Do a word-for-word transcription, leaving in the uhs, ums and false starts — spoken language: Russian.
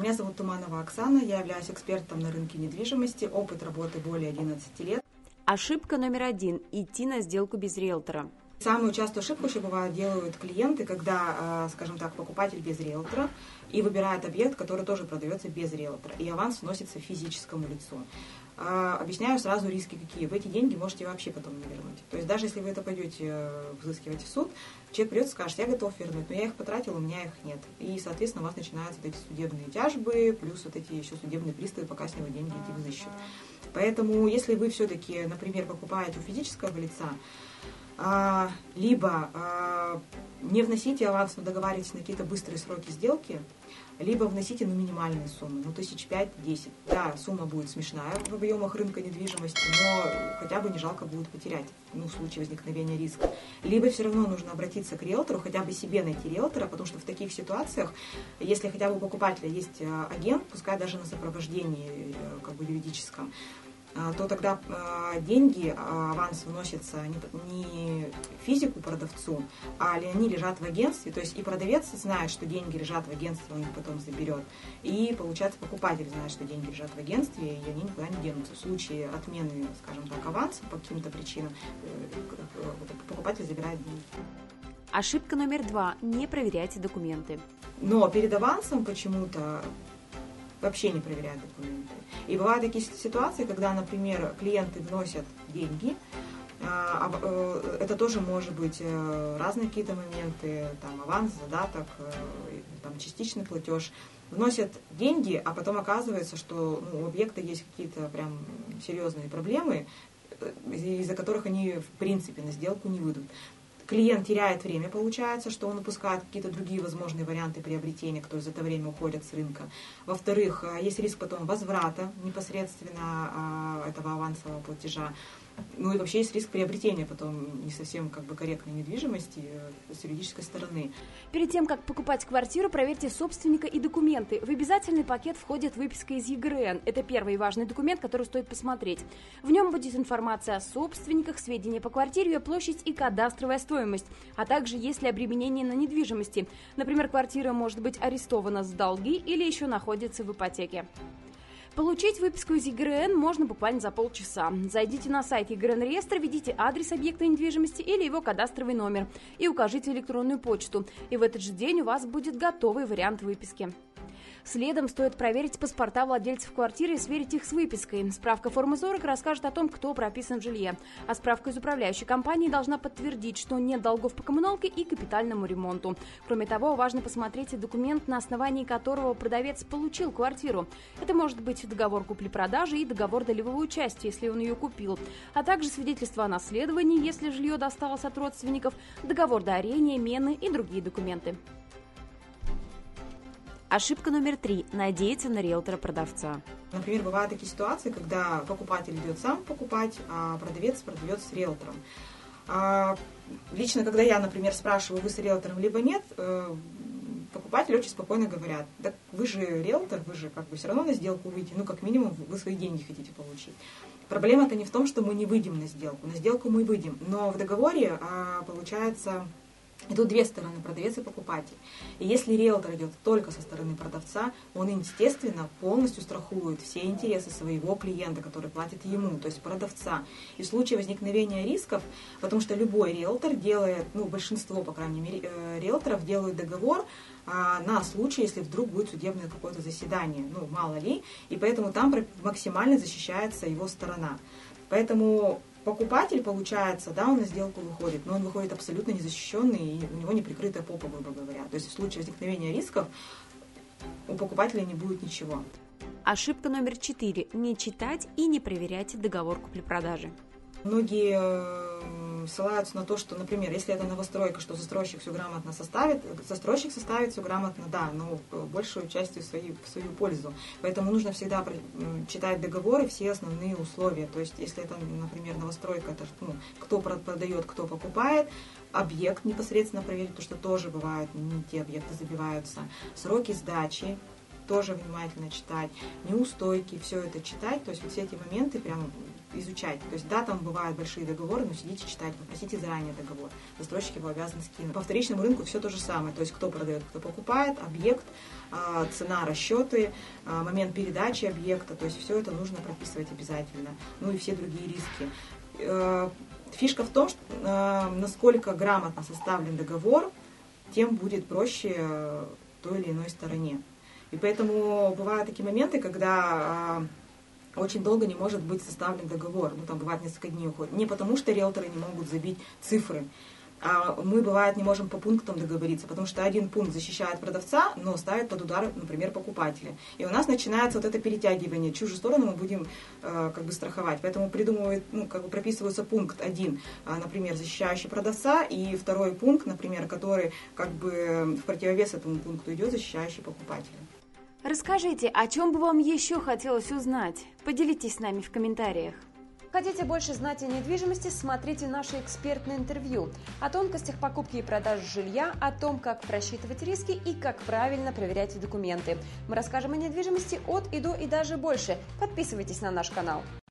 Меня зовут Туманова Оксана, я являюсь экспертом на рынке недвижимости, опыт работы более одиннадцати лет. Ошибка номер один – идти на сделку без риэлтора. Самую частую ошибку еще бывает делают клиенты, когда, скажем так, покупатель без риэлтора и выбирает объект, который тоже продается без риэлтора, и аванс вносится физическому лицу. Объясняю сразу риски какие. Вы эти деньги можете вообще потом не вернуть. То есть даже если вы это пойдете взыскивать в суд, человек придет и скажет: я готов вернуть, но я их потратил, у меня их нет. И, соответственно, у вас начинаются вот эти судебные тяжбы, плюс вот эти еще судебные приставы, пока с него деньги эти взыщут. Поэтому, если вы все-таки, например, покупаете у физического лица, либо не вносите аванс, но договаривайтесь на какие-то быстрые сроки сделки, либо вносите, ну, минимальные суммы, ну, тысяч пять-десять. Да, сумма будет смешная в объемах рынка недвижимости, но хотя бы не жалко будет потерять, ну, в случае возникновения риска. Либо все равно нужно обратиться к риэлтору, хотя бы себе найти риэлтора, потому что в таких ситуациях, если хотя бы у покупателя есть агент, пускай даже на сопровождении, как бы, юридическом, то тогда деньги, аванс вносится не физику продавцу, а они лежат в агентстве, то есть и продавец знает, что деньги лежат в агентстве, он их потом заберет, и получается покупатель знает, что деньги лежат в агентстве, и они никуда не денутся. В случае отмены, скажем так, аванса по каким-то причинам, покупатель забирает деньги. Ошибка номер два – не проверяйте документы. Но перед авансом почему-то вообще не проверяют документы. И бывают такие ситуации, когда, например, клиенты вносят деньги, это тоже может быть разные какие-то моменты, там аванс, задаток, там частичный платеж, вносят деньги, а потом оказывается, что, ну, у объекта есть какие-то прям серьезные проблемы, из-за которых они в принципе на сделку не выйдут. Клиент теряет время, получается, что он упускает какие-то другие возможные варианты приобретения, которые за это время уходят с рынка. Во-вторых, есть риск потом возврата непосредственно этого авансового платежа. Ну и вообще есть риск приобретения потом не совсем, как бы, корректной недвижимости с юридической стороны. Перед тем, как покупать квартиру, проверьте собственника и документы. В обязательный пакет входит выписка из ЕГРН. Это первый важный документ, который стоит посмотреть. В нем будет информация о собственниках, сведения по квартире, ее площадь и кадастровая стоимость, а также есть ли обременение на недвижимости. Например, квартира может быть арестована с долги или еще находится в ипотеке. Получить выписку из ЕГРН можно буквально за полчаса. Зайдите на сайт ЕГРН-реестра, введите адрес объекта недвижимости или его кадастровый номер и укажите электронную почту. И в этот же день у вас будет готовый вариант выписки. Следом стоит проверить паспорта владельцев квартиры и сверить их с выпиской. Справка формы сорок расскажет о том, кто прописан в жилье. А справка из управляющей компании должна подтвердить, что нет долгов по коммуналке и капитальному ремонту. Кроме того, важно посмотреть и документ, на основании которого продавец получил квартиру. Это может быть договор купли-продажи и договор долевого участия, если он ее купил, а также свидетельство о наследовании, если жилье досталось от родственников, договор дарения, мены и другие документы. Ошибка номер три – надеяться на риэлтора-продавца. Например, бывают такие ситуации, когда покупатель идет сам покупать, а продавец продает с риэлтором. Лично, когда я, например, спрашиваю, вы с риэлтором либо нет, покупатели очень спокойно говорят: да вы же риэлтор, вы же как бы все равно на сделку выйдете, ну как минимум вы свои деньги хотите получить. Проблема-то не в том, что мы не выйдем на сделку, на сделку мы выйдем, но в договоре получается... Идут две стороны, продавец и покупатель. И если риэлтор идет только со стороны продавца, он, естественно, полностью страхует все интересы своего клиента, который платит ему, то есть продавца. И в случае возникновения рисков, потому что любой риэлтор делает, ну, большинство, по крайней мере, риэлторов делают договор а, на случай, если вдруг будет судебное какое-то заседание, ну, мало ли, и поэтому там максимально защищается его сторона. Поэтому... Покупатель, получается, да, он на сделку выходит, но он выходит абсолютно незащищенный, и у него неприкрытая попа, грубо говоря. То есть в случае возникновения рисков у покупателя не будет ничего. Ошибка номер четыре – не читать и не проверять договор купли-продажи. Многие ссылаются на то, что, например, если это новостройка, что застройщик все грамотно составит, застройщик составит все грамотно, да, но большую частью в свою, в свою пользу. Поэтому нужно всегда читать договоры, все основные условия. То есть, если это, например, новостройка, это, ну, кто продает, кто покупает, объект непосредственно проверить, потому что тоже бывают, не те объекты забиваются, сроки сдачи тоже внимательно читать, неустойки, все это читать, то есть вот все эти моменты прям изучать. То есть, да, там бывают большие договоры, но сидите, читайте, попросите заранее договор. Застройщик его обязан скинуть. По вторичному рынку все то же самое. То есть, кто продает, кто покупает, объект, цена, расчеты, момент передачи объекта. То есть, все это нужно прописывать обязательно. Ну и все другие риски. Фишка в том, что насколько грамотно составлен договор, тем будет проще той или иной стороне. И поэтому бывают такие моменты, когда очень долго не может быть составлен договор. Ну, там бывает несколько дней уходит. Не потому, что риэлторы не могут забить цифры, а мы, бывает, не можем по пунктам договориться, потому что один пункт защищает продавца, но ставит под удар, например, покупателя. И у нас начинается вот это перетягивание. Чужую сторону мы будем э, как бы страховать. Поэтому придумывает, ну, как бы прописывается пункт один, э, например, защищающий продавца, и второй пункт, например, который как бы в противовес этому пункту идет, защищающий покупателя. Расскажите, о чем бы вам еще хотелось узнать? Поделитесь с нами в комментариях. Хотите больше знать о недвижимости? Смотрите наше экспертное интервью о тонкостях покупки и продажи жилья, о том, как просчитывать риски и как правильно проверять документы. Мы расскажем о недвижимости от и до и даже больше. Подписывайтесь на наш канал.